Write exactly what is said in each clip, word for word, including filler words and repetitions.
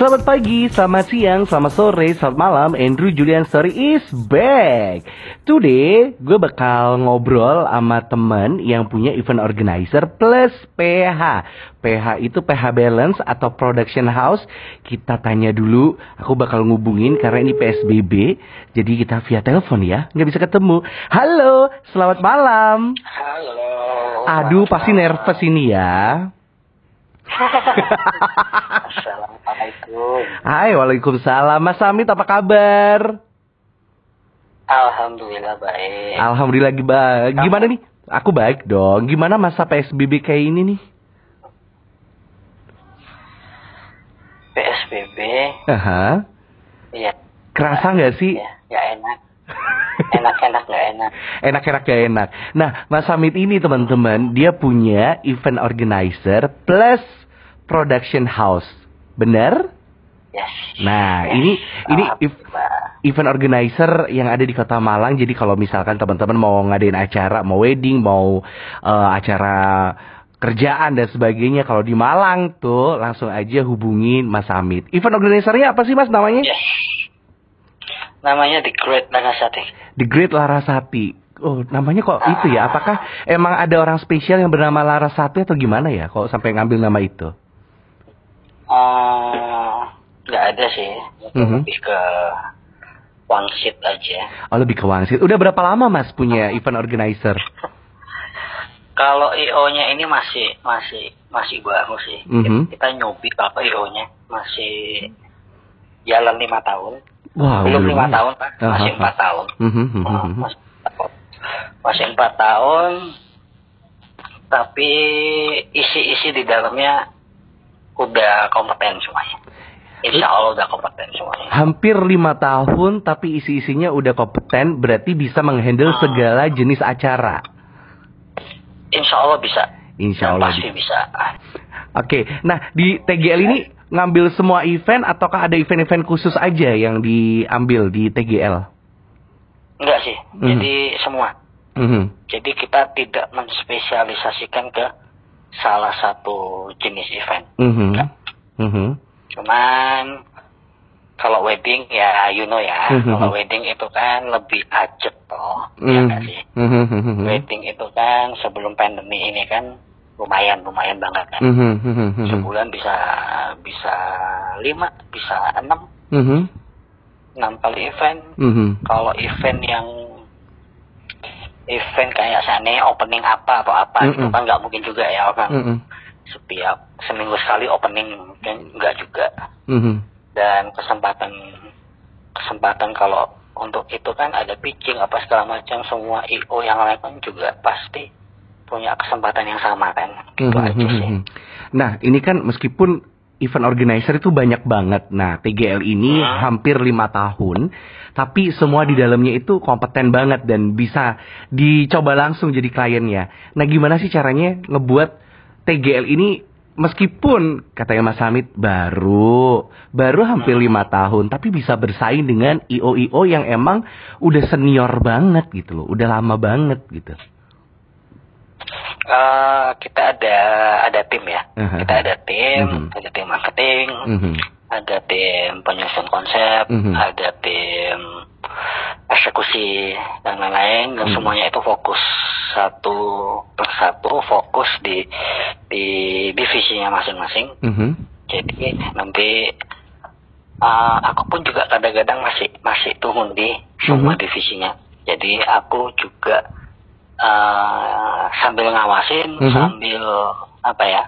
Selamat pagi, selamat siang, selamat sore, selamat malam. Andrew Julian Story is back. Today, gue bakal ngobrol sama temen yang punya event organizer plus P H. P H itu P H Balance atau Production House. Kita tanya dulu, aku bakal ngubungin karena ini P S B B. Jadi kita via telepon ya, nggak bisa ketemu. Halo, selamat malam. Halo. Aduh, pasti nervous ini ya. Assalamualaikum. Hai, waalaikumsalam. Mas Samit, apa kabar? Alhamdulillah baik. Alhamdulillah baik. Gimana nih? Aku baik dong. Gimana masa P S B B kayak ini nih? P S B B. Aha. Iya. Kerasa nggak sih? Ya, nggak enak. Enak-enak nggak enak. Enak-enak gak enak. Nah, Mas Samit ini teman-teman, dia punya event organizer plus production house. Bener? Yes. Nah, yes. ini ini ev- Alhamdulillah. event organizer yang ada di Kota Malang. Jadi kalau misalkan teman-teman mau ngadain acara, mau wedding, mau uh, acara kerjaan dan sebagainya, kalau di Malang tuh langsung aja hubungin Mas Samit. Event organizernya apa sih Mas namanya? Yes. Namanya The Great Larasati. The Great Larasati. Oh, namanya kok itu ya? Apakah emang ada orang spesial yang bernama Larasati atau gimana ya? Kok sampai ngambil nama itu? Uh, nggak ada sih. Itu Mm-hmm. lebih ke wangsit aja. Oh, lebih ke wangsit. Udah berapa lama Mas punya event organizer? Kalau I O-nya ini masih masih masih baru sih. Mm-hmm. Kita nyobi kalau I O-nya masih jalan lima tahun. Wow, belum lima lumayan. tahun Pak, masih empat tahun. Mhm, mhm, Oh, mhm. masih empat tahun. Masih empat tahun, tapi isi-isi di dalamnya udah kompeten semuanya. Insya Allah udah kompeten semuanya. Hampir lima tahun, tapi isi-isinya udah kompeten, berarti bisa menghandle Hmm. segala jenis acara. Insya Allah bisa. Insya Dan Allah pasti bisa. bisa. Oke, nah di T G L ini ngambil semua event ataukah ada event-event khusus aja yang diambil di T G L? Enggak sih, Mhm. jadi semua. Mhm. Jadi kita tidak menspesialisasikan ke salah satu jenis event. Mhm. Enggak. Mhm. Cuman kalau wedding ya you know ya, Mhm. kalau wedding itu kan lebih ajak toh, ya Mhm. nggak sih? Mhm. Mhm. Wedding itu kan sebelum pandemi ini kan lumayan lumayan banget kan. Mhm. Mhm. Sebulan bisa bisa lima, bisa enam, Mhm. enam kali event. Mhm. Kalau event yang event kayak sana opening apa atau apa gitu Mhm. kan nggak mungkin juga ya orang Mhm. setiap seminggu sekali opening kan nggak juga. Mhm. Dan kesempatan kesempatan kalau untuk itu kan ada pitching apa segala macam, semua I O yang lain kan juga pasti punya kesempatan yang sama kan, gitu Mhm. aja sih. Nah, ini kan meskipun event organizer itu banyak banget. Nah, T G L ini Hmm. hampir lima tahun, tapi semua di dalamnya itu kompeten banget dan bisa dicoba langsung jadi kliennya. Nah, gimana sih caranya ngebuat T G L ini meskipun katanya Mas Samit baru baru hampir lima tahun, tapi bisa bersaing dengan I O-I O yang emang udah senior banget gitu loh, udah lama banget gitu. Uh, kita ada ada tim ya, Uh-huh. kita ada tim, Mhm. ada tim marketing, Mhm. ada tim penyusun konsep, Mhm. ada tim eksekusi dan lain-lain, dan Mhm. semuanya itu fokus satu persatu, fokus di di divisinya masing-masing. Mhm. Jadi nanti uh, aku pun juga kadang-kadang masih masih turun di semua Mhm. divisinya. Jadi aku juga uh, sambil ngawasin, Mhm. sambil apa ya?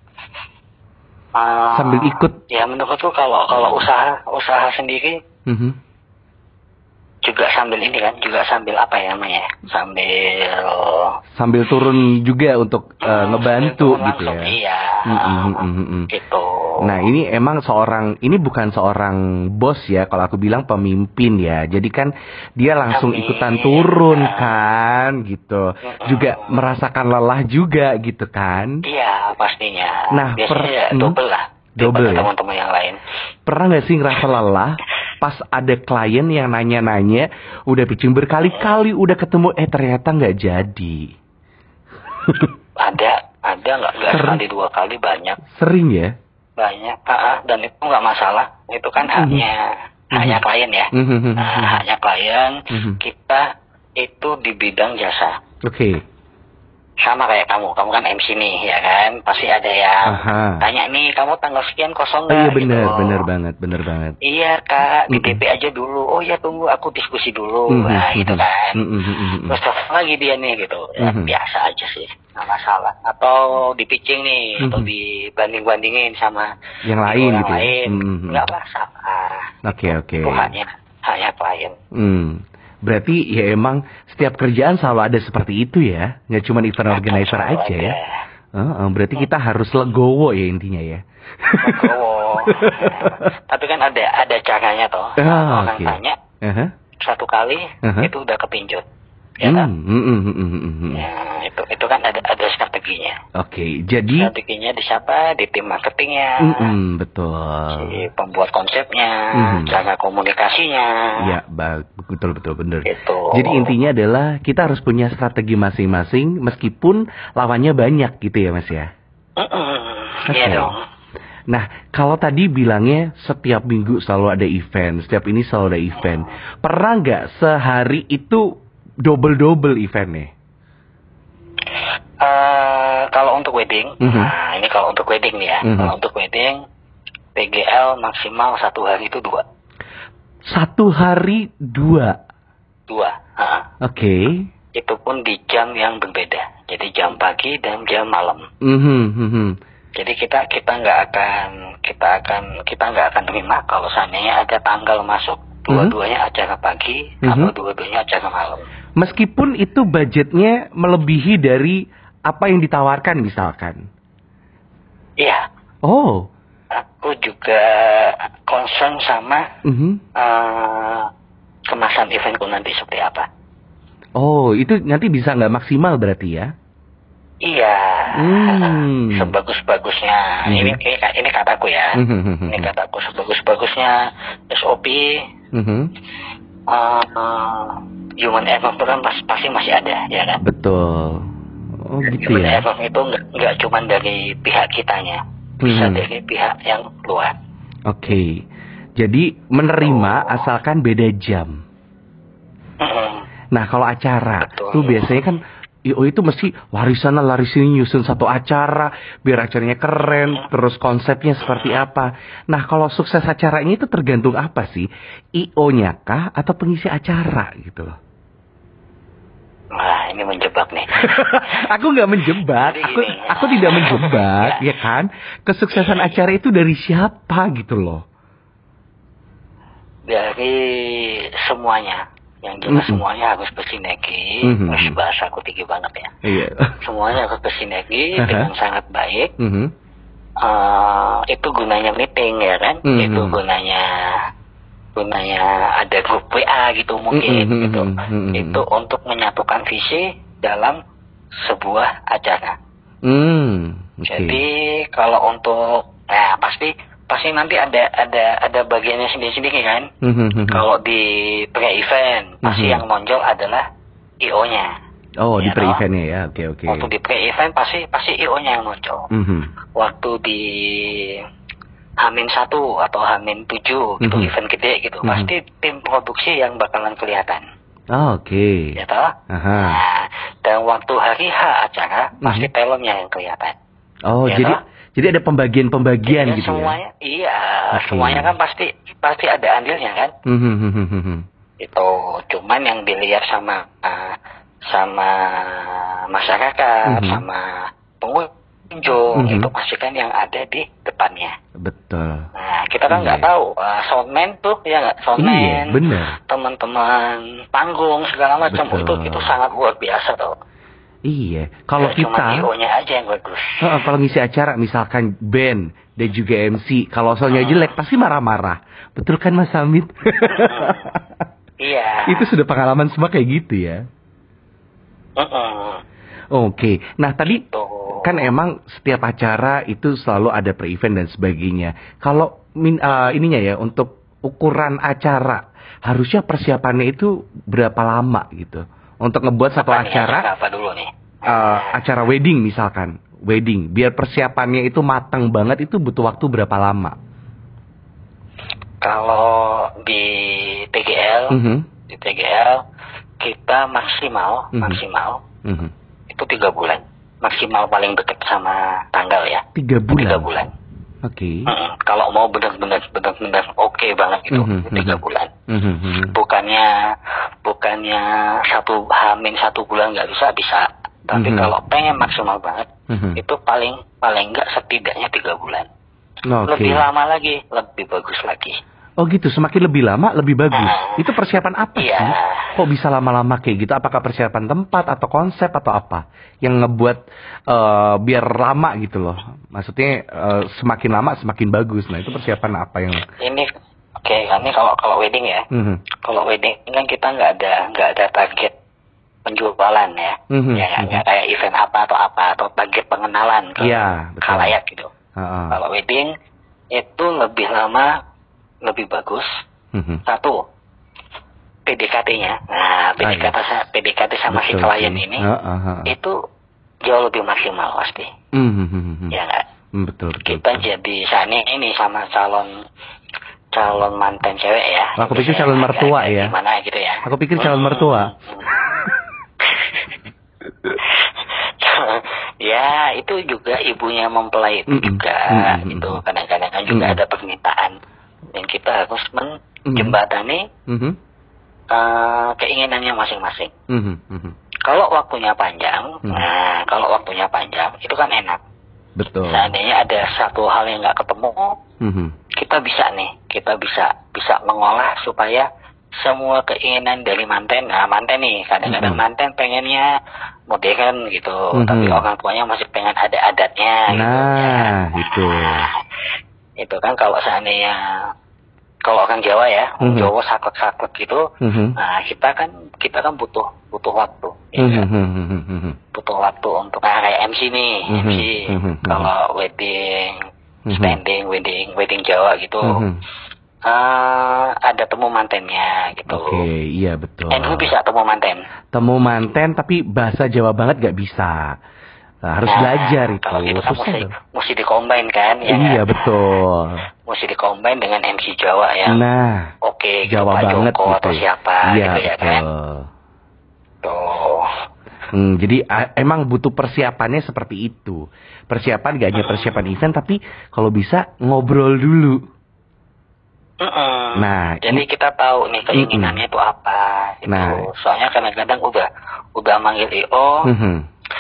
Uh, Sambil ikut. Ya menurutku kalau kalau usaha usaha sendiri Mhm. juga sambil ini kan, juga sambil apa ya namanya? Sambil Sambil turun juga untuk uh, hmm, ngebantu sambil gitu langsung, ya. Iya. Mm, mm, mm, mm, mm. Gitu. Nah, ini emang seorang, ini bukan seorang bos ya, kalau aku bilang pemimpin ya. Jadi kan dia langsung Amin. ikutan turun Nah. kan gitu. Mm-mm. Juga merasakan lelah juga gitu kan. Iya pastinya. Nah, Biasanya per- ya hmm? double lah. Double daripada ya? teman-teman yang lain. Pernah gak sih ngerasa lelah pas ada klien yang nanya-nanya, udah pitching berkali-kali, udah ketemu, eh ternyata nggak jadi. Ada, ada nggak nggak Sering. sekali dua kali banyak. Sering ya? banyak, ah, ah, dan itu nggak masalah. Itu kan haknya Mhm. haknya klien ya. Mhm. Nah, haknya klien. Mhm. Kita itu di bidang jasa. Oke. Sama kayak kamu, kamu kan M C nih, ya kan? Pasti ada yang Aha. tanya nih, kamu tanggal sekian Oh kosong iya nggak? bener, gitu. bener banget, bener banget. Iya kak, di Mm-mm. T P aja dulu. Oh ya tunggu, aku diskusi dulu. Mhm, Nah mhm. gitu kan. Mhm, mhm, mhm. Terus telepon lagi dia nih gitu. Ya, Mhm. biasa aja sih, nggak masalah. Atau di pitching nih, atau Mhm. dibanding-bandingin sama Yang tim lain orang gitu ya? lain, Mhm. nggak masalah. Oke, oke. Itu haknya, haknya klien. Hmm. Berarti ya emang setiap kerjaan selalu ada seperti itu ya, nggak cuma event organizer Selalu aja ya. ada. Heeh, berarti kita harus legowo ya intinya ya. Oh, tapi kan ada ada caranya toh. Ah, Orang oke. tanya Aha. satu kali Aha. itu udah kepincut, ya kan? Hmm, hmm, hmm, hmm, hmm, hmm. Ya, itu itu kan ada ada strateginya. Oke, jadi Strateginya di siapa? Di tim marketingnya, mm-mm, betul. si pembuat konsepnya, Mhm. cara komunikasinya. Ya, ba- betul betul benar. Gitu. Jadi intinya adalah kita harus punya strategi masing-masing meskipun lawannya banyak gitu ya, Mas ya. Mm-mm, Oke. Iya dong. Nah, kalau tadi bilangnya setiap minggu selalu ada event, setiap ini selalu ada event. Pernah nggak sehari itu double-double eventnya? Eh, kalau untuk wedding, Mhm. nah ini kalau untuk wedding nih ya. Mhm. Kalau untuk wedding, P G L maksimal satu hari itu dua, Satu hari dua. dua. Ah. Oke. Itu pun di jam yang berbeda. Jadi jam pagi dan jam malam. Mhm, mhm. Jadi kita kita nggak akan kita akan kita nggak akan terima kalau seandainya ada tanggal masuk dua-duanya acara pagi Mhm. atau dua-duanya acara malam. Meskipun itu budgetnya melebihi dari apa yang ditawarkan misalkan. Iya, Oh. aku juga concern sama Mhm. eh, kemasan eventku nanti seperti apa. Oh, itu nanti bisa nggak maksimal berarti ya? Iya, Hmm. sebagus-bagusnya. Mhm. Ini, ini ini kataku ya. Mhm. Ini kataku sebagus-bagusnya S O P. Mhm. eh, human error itu kan pas- pasti masih ada, ya kan? Betul. Oh gitu Human ya. error itu nggak nggak cuma dari pihak kitanya, bisa Mhm. dari pihak yang luar. Oke. Jadi menerima asalkan beda jam. Mm-mm. Nah kalau acara Betul. tuh biasanya kan I O itu mesti lari sana lari sini nyusun satu acara biar acaranya keren, terus konsepnya seperti apa. Nah kalau sukses acaranya itu tergantung apa sih? I O-nya kah atau pengisi acara gitu loh? Wah, ini menjebak nih. Aku nggak menjebak, Jadi aku gini. aku tidak menjebak, Ya. ya kan? Kesuksesan acara itu dari siapa gitu loh? Dari semuanya, yang jelas Mm-mm. semuanya harus bersinergi. Mhm. Terus bahasa aku tinggi banget ya. Iya. Semuanya harus bersinergi Aha. dengan sangat baik. Mhm. Eh, itu gunanya meeting ya kan? Mhm. Itu gunanya gunanya ada grup W A gitu mungkin Mhm, gitu. mhm, mhm. Itu untuk menyatukan visi dalam sebuah acara. Hmm. Oke. Jadi kalau untuk nah pasti pasti nanti ada ada ada bagiannya sendiri-sendiri kan. Mhm, mhm. Kalau di pre-event pasti Mhm. yang menonjol adalah I O-nya. Oh di Ya, pre-eventnya ya, oke oke. Waktu di pre-event pasti pasti I O-nya yang menonjol. Mhm. Waktu di Hamin satu atau Hamin tujuh gitu, Mhm. event gede gitu, Mhm. pasti tim produksi yang bakalan kelihatan, Oh, oke. ya toh? Aha. Nah, dan waktu hari H acara pasti Mhm. talentnya yang kelihatan. Oh, Ya jadi toh? jadi ada pembagian-pembagian Jadi gitu semuanya, iya, Oke. semuanya kan pasti pasti ada andilnya kan? ya. Mhm, mhm, mhm. Itu cuman yang dilihat sama uh, sama masyarakat, Mhm. sama pengunjung Mhm. itu pasti kan yang ada di depannya. Betul. Nah, kita kan nggak Iya. tahu uh, soundman tuh ya nggak soundman, Iya, benar. teman-teman panggung segala macam Betul. itu itu sangat luar biasa tuh. Iya. Kalau Ya, cuma kita I O-nya aja yang bagus. Heeh, kalau ngisi acara misalkan band dan juga M C, kalau soalnya jelek pasti marah-marah. Betul kan Mas Hamid? Iya. Itu sudah pengalaman semua kayak gitu ya. Mm-mm. Oke. Nah, tadi Tuh. kan emang setiap acara itu selalu ada pre-event dan sebagainya. Kalau min, eh, ininya ya untuk ukuran acara, harusnya persiapannya itu berapa lama gitu? Untuk ngebuat satu Apa nih, acara, apa dulu nih? eh, acara wedding misalkan. wedding, biar persiapannya itu matang banget, itu butuh waktu berapa lama? Kalau di T G L, Mm-hmm. di T G L kita maksimal, Mhm. maksimal Mm-hmm. itu tiga bulan. Maksimal paling dekat sama tanggal ya. Tiga bulan. Tiga bulan. Oke. Mm-mm. Kalau mau benar-benar benar-benar oke banget itu Mhm, tiga mhm. bulan. Mm-hmm. Bukannya bukannya satu hamin satu bulan nggak bisa bisa. Tapi Mhm. kalau pengen maksimal banget, Mhm. itu paling paling nggak setidaknya tiga bulan. Oke. Lebih lama lagi, lebih bagus lagi. Oh gitu, semakin lebih lama lebih bagus. Ah. Itu persiapan apa Iya. sih? Kok bisa lama-lama kayak gitu? Apakah persiapan tempat atau konsep atau apa yang ngebuat eh, biar lama gitu loh? Maksudnya eh, semakin lama semakin bagus. Nah itu persiapan apa yang? Ini oke, ini kalau kalau wedding ya. Mhm. Kalau wedding kan kita nggak ada nggak ada target penjualan ya. Mhm, Ya nggak mhm. nggak kayak event apa atau apa atau target pengenalan ke Iya, betul. khalayak gitu. Heeh. Kalau wedding itu lebih lama, lebih bagus. Mhm. Satu, P D K T-nya. Nah, P D K T, Ah, iya. P D K T sama si Betul klien sih. ini Heeh, heeh. itu jauh lebih maksimal pasti. Mhm, mhm, mhm. Ya nggak? Hmm, betul betul. Kita betul. jadi saat ini sama calon calon mantan cewek ya. Oh, aku pikir Biasanya calon agak- mertua agak ya. Gimana gitu ya. Aku pikir calon mertua. Ya itu juga ibunya mempelai itu Mm-mm. juga. Mm-mm. Itu kadang-kadang kan juga Mm-mm. ada permintaan. Dan kita harus menjembatani Mhm. eh, keinginannya masing-masing. Mhm, mhm. Kalau waktunya panjang, Hmm. nah kalau waktunya panjang itu kan enak. Betul. Seandainya ada satu hal yang nggak ketemu, Mhm. kita bisa nih, kita bisa bisa mengolah supaya semua keinginan dari manten, nah manten nih kadang-kadang Mhm. manten pengennya modern gitu, Mhm. tapi orang tuanya masih pengen ada adatnya. gitu, Nah, ya. itu. Nah, itu kan kalau seandainya kalau orang Jawa ya, orang Mhm. Jawa saklek-saklek gitu. Mhm. Nah, kita kan kita kan butuh butuh waktu. Ya, Mhm, kan? mhm, mhm. Butuh waktu untuk nah, kayak M C nih, Mhm, M C mhm, kalau wedding, Mhm. standing, wedding, wedding Jawa gitu. Mhm. Eh, ada temu mantennya gitu. Oke, iya betul. Andrew bisa temu manten. Temu manten tapi bahasa Jawa banget gak bisa. Nah, harus Nah, belajar itu. Kalau gitu kan Susah mesti dong. mesti dikombin kan, ya. Iya kan? betul. Mesti dikombin dengan M C Jawa yang Nah, oke, gitu, Jawa Pak banget Joko gitu. atau siapa Iya gitu ya kan. betul. Tuh. Hmm, jadi a- emang butuh persiapannya seperti itu. Persiapan gak hanya persiapan event tapi kalau bisa ngobrol dulu. Mm-mm. Nah, jadi ini- kita tahu nih keinginannya itu apa gitu. Nah. Soalnya kadang-kadang udah udah manggil I O, Mhm.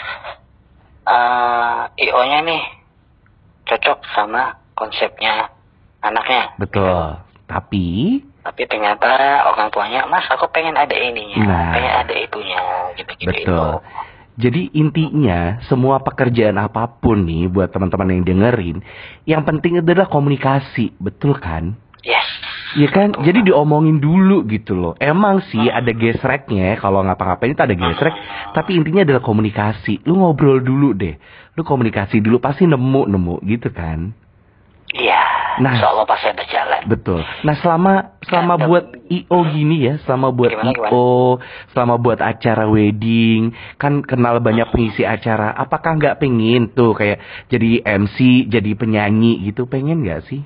eh, I O-nya nih cocok sama konsepnya anaknya. Betul. Tapi Tapi ternyata orang tuanya, Mas aku pengen ada ininya, Nah. pengen ada itunya, gitu-gitu itu. betul. Jadi intinya semua pekerjaan apapun nih buat teman-teman yang dengerin, yang penting adalah komunikasi, betul kan? Yes. Iya kan? Betul. Jadi diomongin dulu gitu loh. Emang sih ada gesreknya, kalau ngapa-ngapain itu ada gesrek, tapi intinya adalah komunikasi. Lu ngobrol dulu deh. Lu komunikasi dulu pasti nemu-nemu gitu kan? Iya. Nah. Insya Allah pasti ada jalan. Betul. Nah, selama selama Ada- buat I O gini ya, selama buat Gimana, I O, selama buat acara wedding, kan kenal banyak pengisi acara. Apakah nggak pengen tuh kayak jadi M C, jadi penyanyi gitu? Pengen nggak sih?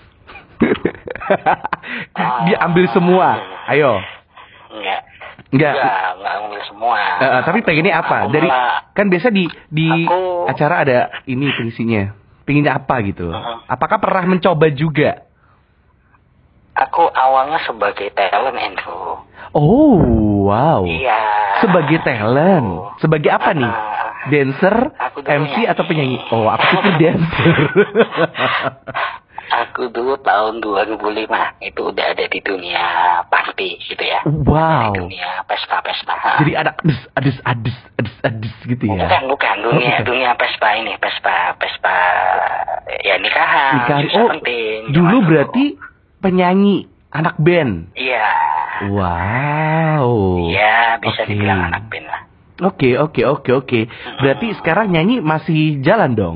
Dia ambil semua. Ayo. Enggak. Enggak. Enggak, enggak ngambil semua. Eh, eh, tapi pengennya apa? Aku Dari malah- kan biasa di di Aku- acara ada ini pengisinya. Pengennya apa gitu? Uh-huh. Apakah pernah mencoba juga? Aku awalnya sebagai talent, Andrew. Oh, wow. Iya. Sebagai talent. Sebagai apa nih? Ah, Dancer, Aku dulu M C nyanyi. atau penyanyi? Oh, aku pikir dancer. Aku dulu tahun dua ribu lima itu udah ada di dunia party gitu ya. Wow. Di dunia pesta-pesta. Jadi ada adus, adus, adus, adus, adus gitu Oh, ya? bukan, bukan. Dunia, Oh, bukan. dunia pesta ini. Pesta, pesta, ya nikahan. Nikahan. susah Oh, penting, dulu zaman berarti penyanyi, anak band. Iya. Wow. Iya, bisa Oke. dibilang anak band lah. Oke, oke, oke, oke. Berarti sekarang nyanyi masih jalan dong?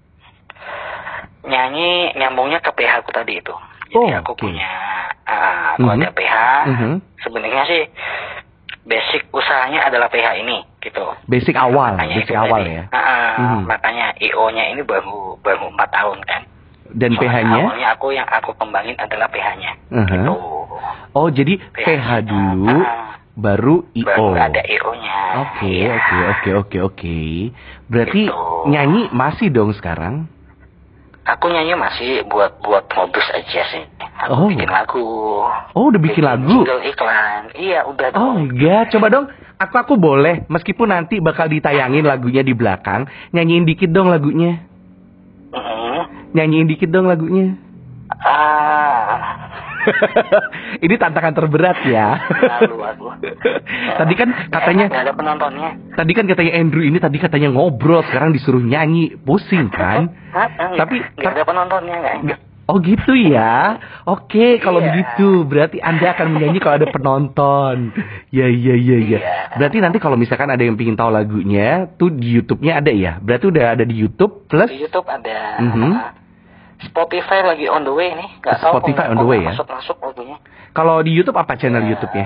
Nyanyi nyambungnya ke P H aku tadi itu. Jadi Oh, aku oke. punya, ah, aku Mhm. ada P H. Mhm. Sebenarnya sih basic usahanya adalah P H ini gitu. Basic awal, makanya basic awal tadi, ya. Uh, hmm. Makanya I O-nya ini baru baru empat tahun kan. Dan Soalnya P H-nya? Awalnya aku yang aku kembangin adalah P H-nya. Uh-huh. Gitu. Oh, jadi P H, P H dulu, uh, baru I O. Baru ada I O-nya. Oke, ya. oke, oke, oke, oke. Berarti Gitu. nyanyi masih dong sekarang? Aku nyanyi masih buat buat modus aja sih. Aku Oh. bikin lagu. Oh, udah bikin, bikin lagu? Jingle iklan. Iya, udah dong. Oh my god, coba dong. Aku aku boleh, meskipun nanti bakal ditayangin lagunya di belakang, nyanyiin dikit dong lagunya. Mm-hmm. Nyanyiin dikit dong lagunya. Ah. Ini tantangan terberat ya. Lalu aku. Tadi kan katanya nggak ada penontonnya. Tadi kan katanya Andrew ini tadi katanya ngobrol, sekarang disuruh nyanyi, pusing kan? Tapi nggak ada penontonnya nggak? Oh gitu ya. Oke, kalau Iya. begitu berarti Anda akan menyanyi kalau ada penonton. Ya ya ya ya. Iya. Berarti nanti kalau misalkan ada yang pingin tahu lagunya, tuh di YouTube-nya ada ya. Berarti udah ada di YouTube plus Di YouTube ada. Mhm. Spotify lagi on the way nih. Nggak tahu Spotify kok on the way ya? Masuk-masuk lagunya. Kalau di YouTube apa channel Ya. YouTube-nya?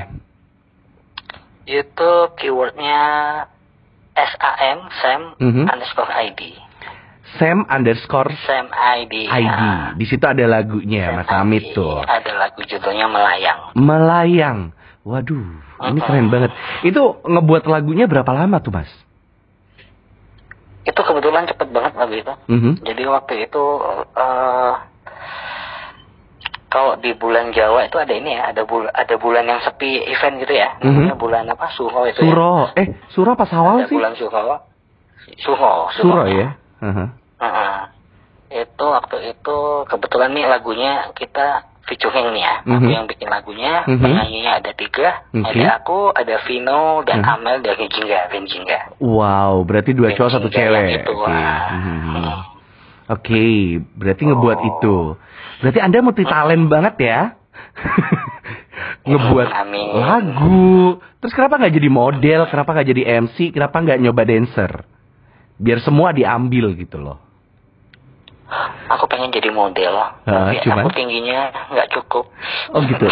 YouTube keywordnya S A M Sam Mhm. underscore I D. Sam underscore Sam I D. I D. Ya. Di situ ada lagunya Sam Mas I D. Amit tuh. Ada lagu judulnya Melayang. Melayang. Waduh, ini Mhm. keren banget. Itu ngebuat lagunya berapa lama tuh, Mas? Itu kebetulan cepet banget lagu itu. Mhm. Jadi waktu itu uh, kalau di bulan Jawa itu ada ini ya, ada bul ada bulan yang sepi event gitu ya. Namanya Mhm. bulan apa? Suro itu ya. Suro. Eh, Suro apa Sawal Ada sih? bulan Suro. Suro. Suro ya. Uh-huh. Uh-uh. Itu waktu itu kebetulan nih lagunya kita featuring nih ya. Aku Mhm. yang bikin lagunya, Mhm. penyanyinya ada tiga. Oke. Ada aku, ada Vino, dan Mhm. Amel dari Jingga, Ben Jingga. Wow, berarti dua Ben cowok satu Jingga yang cewek. itu, Oke. ah. Mhm. Hmm. Oke, berarti ngebuat Oh. itu. Berarti Anda multi talent banget ya. Ngebuat Amin. lagu. Terus kenapa nggak jadi model? Kenapa nggak jadi M C? Kenapa nggak nyoba dancer? Biar semua diambil gitu loh. Aku pengen jadi model, tapi cuman? aku tingginya nggak cukup. Oh gitu.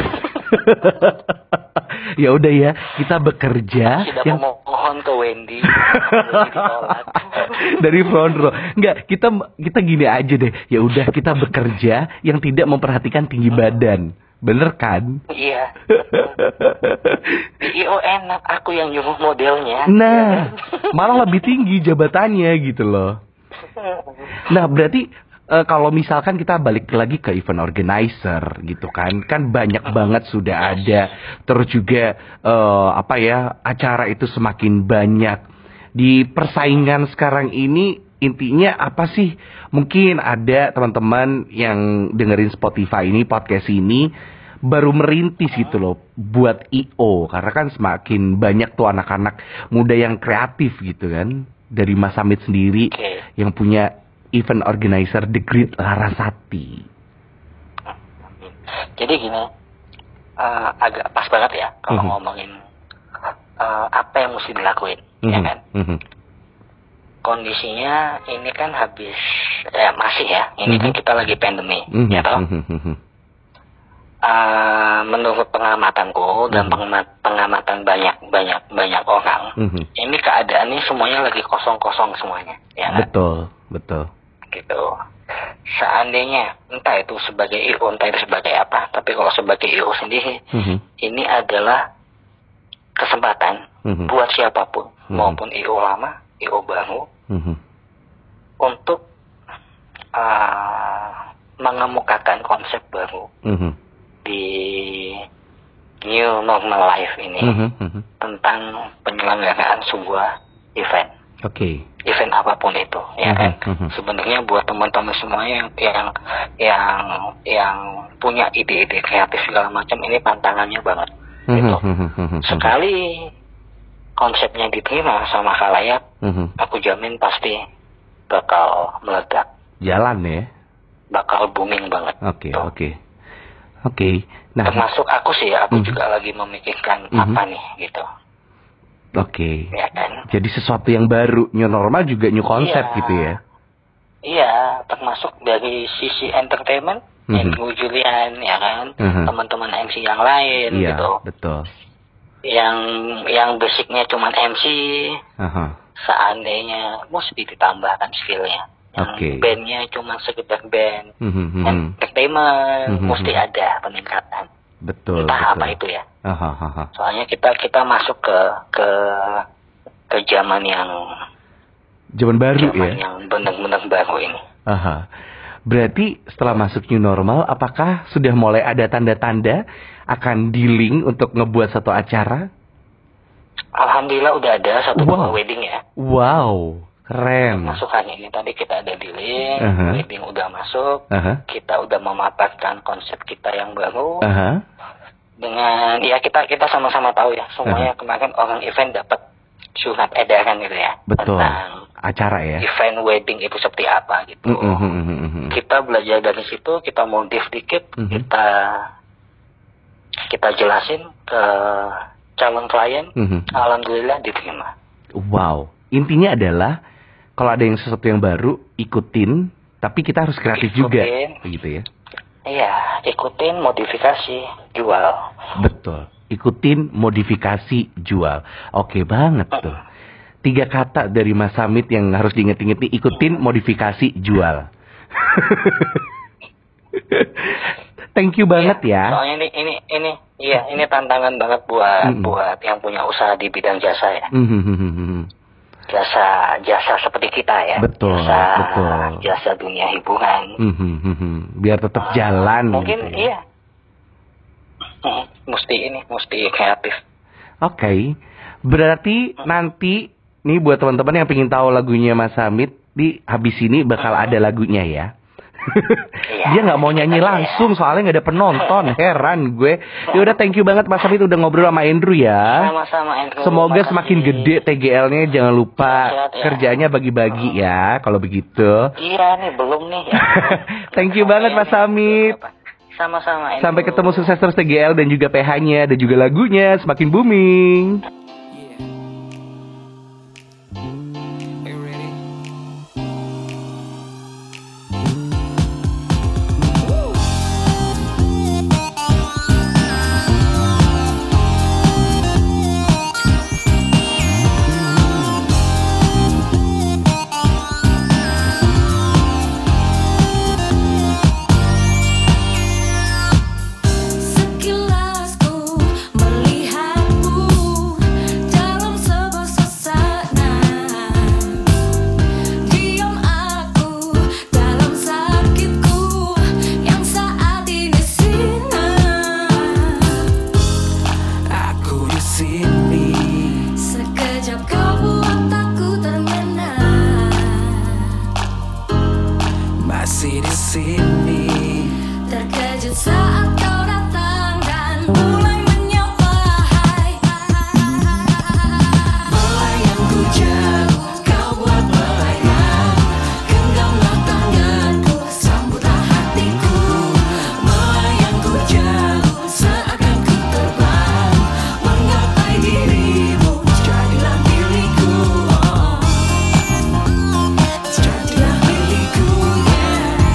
Ya udah ya, kita bekerja. Tidak yang mau mohon ke Wendy, belum ditolak. dari front row. Enggak, kita kita gini aja deh. Ya udah kita bekerja yang tidak memperhatikan tinggi badan. Bener kan? Iya. Di I O enak, aku yang nyuruh modelnya. Nah, malah lebih tinggi jabatannya gitu loh. Nah, berarti eh, kalau misalkan kita balik lagi ke event organizer gitu kan, kan banyak banget sudah ada. Terus juga eh, apa ya, acara itu semakin banyak. Di persaingan sekarang ini intinya apa sih? Mungkin ada teman-teman yang dengerin Spotify ini, podcast ini baru merintis gitu loh buat I O, karena kan semakin banyak tuh anak-anak muda yang kreatif gitu kan. Dari Mas Amit sendiri Oke. yang punya event organizer The Great Larasati. Jadi gini, uh, agak pas banget ya kalau Mhm. ngomongin uh, apa yang mesti dilakuin, ya Mhm, kan? mhm, Kondisinya ini kan habis, eh, masih ya, ini Mhm. kan kita lagi pandemi, mhm, ya toh? mhm, mhm. Uh, menurut pengamatanku dan Mhm. pengamat- pengamatan banyak banyak banyak orang, Mhm. ini keadaannya semuanya lagi kosong-kosong semuanya, ya kan? Betul, betul. Gitu. Seandainya entah itu sebagai I O, entah itu sebagai apa, tapi kalau sebagai I O sendiri, Mhm, ini adalah kesempatan mhm, buat siapapun, Mhm. maupun I O lama, I O baru, mhm, untuk uh, mengemukakan konsep baru mhm, di new normal life ini, mhm, mhm. tentang penyelenggaraan sebuah event. Oke. Event apapun itu, ya kan? Mhm, mhm. Sebenarnya buat teman-teman semua yang yang yang yang punya ide-ide kreatif segala macam, ini pantangannya banget. Gitu. Mhm, mhm, mhm. Sekali konsepnya diterima sama khalayak, Mhm. aku jamin pasti bakal meledak, Jalan ya. bakal booming banget. Oke, Tuh. oke. Oke. Nah, Termasuk aku sih, aku Mhm. juga lagi memikirkan Mhm. apa nih, gitu, oke. ya kan? Jadi sesuatu yang baru, new normal juga new konsep Iya. gitu ya. Iya, termasuk dari sisi entertainment, Mhm. Andrew Julian, ya kan, Mhm. teman-teman M C yang lain, Iya, gitu. betul. yang yang basicnya cuman M C. Aha. Seandainya mesti ditambahkan skillnya. Yang Oke. bandnya cuma sekedar band, Mhm, mhm. entertainment, Mhm, mesti mhm. ada peningkatan. Betul. Entah betul. apa itu ya. Aha, aha. Soalnya kita kita masuk ke ke ke zaman yang Zaman baru zaman ya. yang benar-benar baru ini. Aha. Berarti setelah masuk new normal, apakah sudah mulai ada tanda-tanda akan dealing untuk ngebuat satu acara? Alhamdulillah udah ada satu Wow. dua wedding ya. Wow, keren. Masukannya ini tadi kita ada dealing, Aha. wedding udah masuk, Aha, kita udah mematangkan konsep kita yang baru. aha. Dengan ya kita kita sama-sama tahu ya semuanya kemarin orang event dapat surat edaran gitu ya Betul. tentang Acara ya. event wedding itu seperti apa gitu. Mm, mm, mm, mm, mm. Kita belajar dari situ, kita modif dikit, Mhm. kita kita jelasin ke calon klien, Mhm. alhamdulillah diterima. Wow, intinya adalah kalau ada yang sesuatu yang baru, ikutin, tapi kita harus kreatif juga, Ikutin. begitu ya. Iya, ikutin modifikasi, jual. Betul. Ikutin modifikasi jual. Oke banget tuh. Tiga kata dari Mas Samit yang harus diinget-inget nih. Ikutin modifikasi jual. Thank you banget ya. Soalnya ini ini ini iya ini tantangan banget buat Mm-mm. buat yang punya usaha di bidang jasa ya. Mhm. Jasa jasa seperti kita ya. Betul, Jasa betul. jasa dunia hiburan. Mhm. Biar tetap jalan. Mungkin gitu ya. iya. Mm, Mesti ini mesti kreatif. Oke. Berarti nanti nih buat teman-teman yang pengen tahu lagunya Mas Samit, di habis ini bakal ada lagunya ya. Iya. Dia nggak mau nyanyi Iya. langsung soalnya nggak ada penonton. Heran gue. Ya udah, thank you banget Mas Samit udah ngobrol sama Andrew ya. Sama-sama Andrew. Semoga Makasih. semakin gede T G L-nya, jangan lupa Sehat, ya. kerjaannya bagi-bagi ya kalau begitu. Iya nih belum nih ya. Thank you banget Mas Samit. Sama-sama Andrew. Sampai ketemu sukses terus T G L dan juga P H-nya dan juga lagunya semakin booming. Are you ready? Sekilas ku melihatmu dalam sebuah suasana, diam aku dalam sakitku yang saat ini sinar. Aku di sini, Sekejap kau buat aku terlena. masih di sini. Terkejut saat kau datang dan mulai menyapa. Hai, Melayangku jauh, kau buat melayang. genggamlah tanganku, sambutlah hatiku. Melayangku jauh, Seakan ku terbang menggapai dirimu, jadilah milikku. Oh, jadilah milikku, yeah.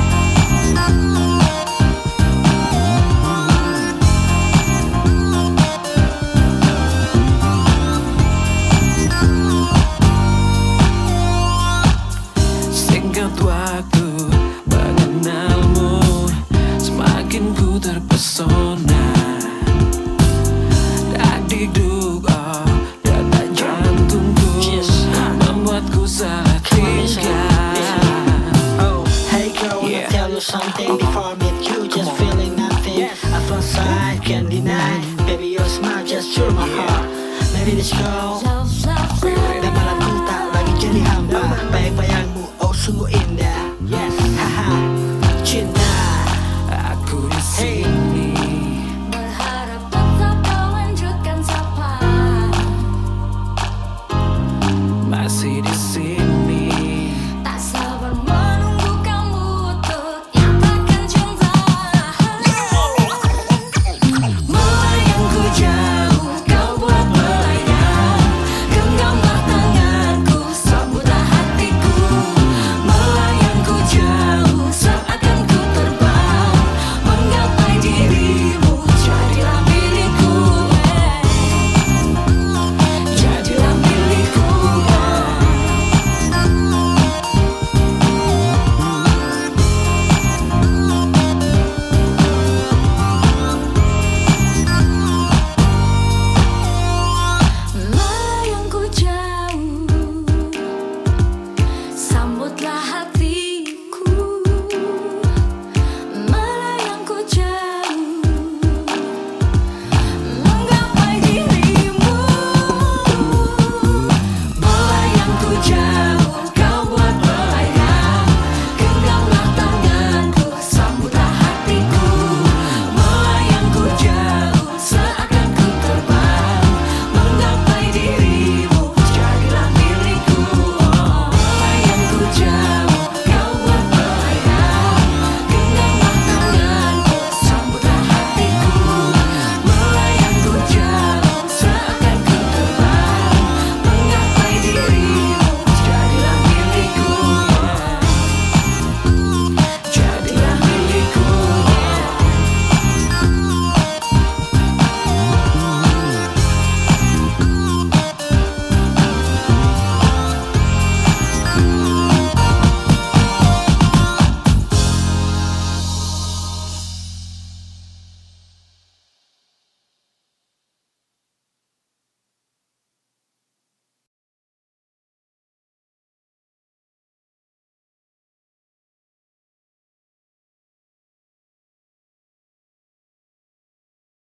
Singkat waktu mengenalmu, semakin ku terpesona. Dakdikduk, oh, detak jantungku membuatku salah tingkah. Hey girl, wanna Yeah. tell you something before I meet you, just feeling nothing. I first sight, can't deny. Baby, your smile just through my heart. Maybe this girl, Love, love, love. dan malamku tak lagi jadi hamba. Bayang-bayangmu, oh sungguh indah.